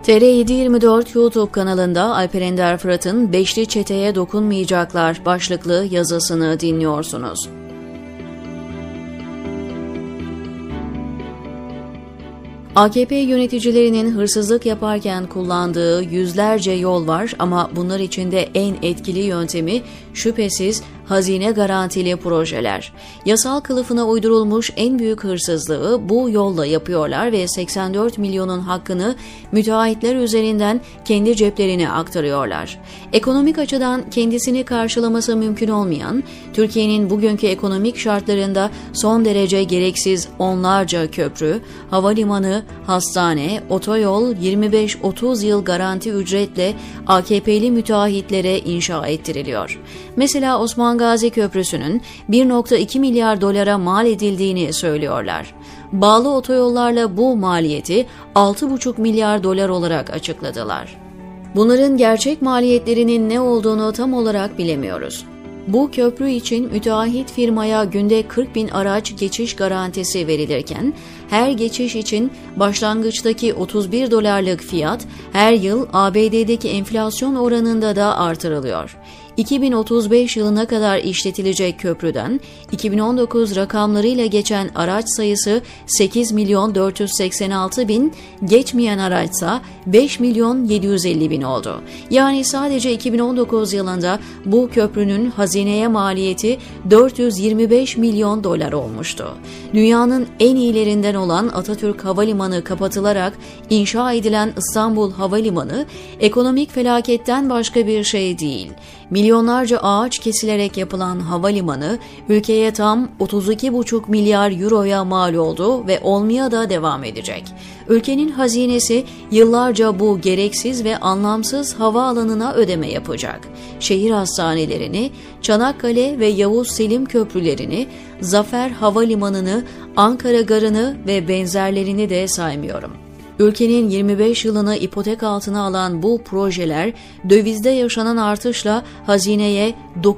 TR724 YouTube kanalında Alper Ender Fırat'ın "Beşli Çeteye Dokunmayacaklar" başlıklı yazısını dinliyorsunuz. AKP yöneticilerinin hırsızlık yaparken kullandığı yüzlerce yol var ama bunlar içinde en etkili yöntemi şüphesiz hazine garantili projeler. Yasal kılıfına uydurulmuş en büyük hırsızlığı bu yolla yapıyorlar ve 84 milyonun hakkını müteahhitler üzerinden kendi ceplerine aktarıyorlar. Ekonomik açıdan kendisini karşılaması mümkün olmayan, Türkiye'nin bugünkü ekonomik şartlarında son derece gereksiz onlarca köprü, havalimanı, hastane, otoyol 25-30 yıl garanti ücretle AKP'li müteahhitlere inşa ettiriliyor. Mesela Osman Gazi Köprüsü'nün 1,2 milyar dolara mal edildiğini söylüyorlar. Bağlı otoyollarla bu maliyeti 6,5 milyar dolar olarak açıkladılar. Bunların gerçek maliyetlerinin ne olduğunu tam olarak bilemiyoruz. Bu köprü için müteahhit firmaya günde 40 bin araç geçiş garantisi verilirken, her geçiş için başlangıçtaki 31 dolarlık fiyat her yıl ABD'deki enflasyon oranında da artırılıyor. 2035 yılına kadar işletilecek köprüden 2019 rakamlarıyla geçen araç sayısı 8 milyon 486 bin, geçmeyen araçsa 5 milyon 750 bin oldu. Yani sadece 2019 yılında bu köprünün hazineye maliyeti 425 milyon dolar olmuştu. Dünyanın en iyilerinden olan Atatürk Havalimanı kapatılarak inşa edilen İstanbul Havalimanı ekonomik felaketten başka bir şey değil. Milyonlarca ağaç kesilerek yapılan havalimanı ülkeye tam 32,5 milyar euroya mal oldu ve olmaya da devam edecek. Ülkenin hazinesi yıllarca bu gereksiz ve anlamsız havaalanına ödeme yapacak. Şehir hastanelerini, Çanakkale ve Yavuz Selim köprülerini, Zafer Havalimanı'nı, Ankara Garı'nı ve benzerlerini de saymıyorum. Ülkenin 25 yılını ipotek altına alan bu projeler dövizde yaşanan artışla hazineye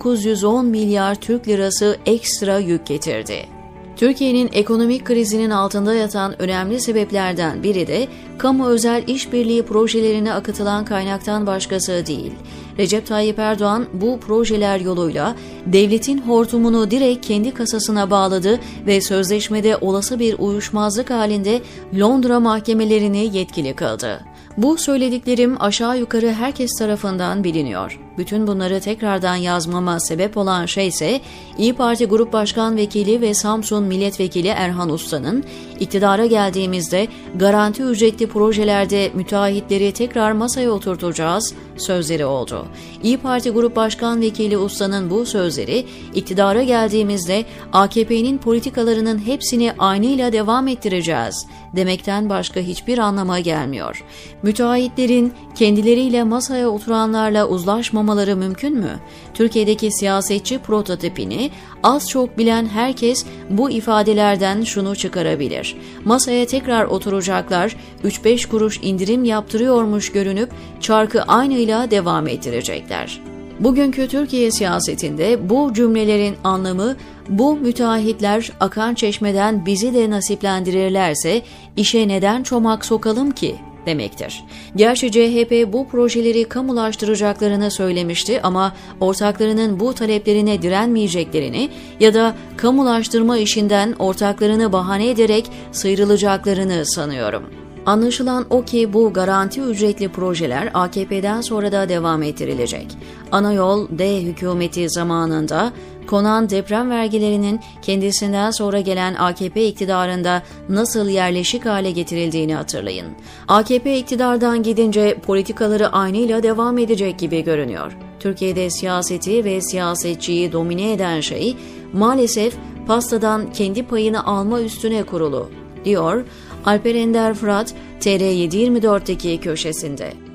910 milyar Türk lirası ekstra yük getirdi. Türkiye'nin ekonomik krizinin altında yatan önemli sebeplerden biri de kamu-özel işbirliği projelerine akıtılan kaynaktan başkası değil. Recep Tayyip Erdoğan bu projeler yoluyla devletin hortumunu direkt kendi kasasına bağladı ve sözleşmede olası bir uyuşmazlık halinde Londra mahkemelerini yetkili kıldı. Bu söylediklerim aşağı yukarı herkes tarafından biliniyor. Bütün bunları tekrardan yazmama sebep olan şey ise İYİ Parti Grup Başkan Vekili ve Samsun Milletvekili Erhan Usta'nın iktidara geldiğimizde garanti ücretli projelerde müteahhitleri tekrar masaya oturtacağız sözleri oldu. İYİ Parti Grup Başkan Vekili Usta'nın bu sözleri iktidara geldiğimizde AKP'nin politikalarının hepsini aynıyla devam ettireceğiz demekten başka hiçbir anlama gelmiyor. Müteahhitlerin kendileriyle masaya oturanlarla uzlaşmamaları mümkün mü? Türkiye'deki siyasetçi prototipini az çok bilen herkes bu ifadelerden şunu çıkarabilir. Masaya tekrar oturacaklar, 3-5 kuruş indirim yaptırıyormuş görünüp çarkı aynıyla devam ettirecekler. Bugünkü Türkiye siyasetinde bu cümlelerin anlamı, bu müteahhitler akan çeşmeden bizi de nasiplendirirlerse işe neden çomak sokalım ki demektir. Gerçi CHP bu projeleri kamulaştıracaklarını söylemişti ama ortaklarının bu taleplerine direnmeyeceklerini ya da kamulaştırma işinden ortaklarını bahane ederek sıyrılacaklarını sanıyorum. Anlaşılan o ki bu garanti ücretli projeler AKP'den sonra da devam ettirilecek. Anayol D hükümeti zamanında konan deprem vergilerinin kendisinden sonra gelen AKP iktidarında nasıl yerleşik hale getirildiğini hatırlayın. AKP iktidardan gidince politikaları aynıyla devam edecek gibi görünüyor. Türkiye'de siyaseti ve siyasetçiyi domine eden şey maalesef pastadan kendi payını alma üstüne kurulu, diyor Alper Ender Fırat TR724'deki köşesinde.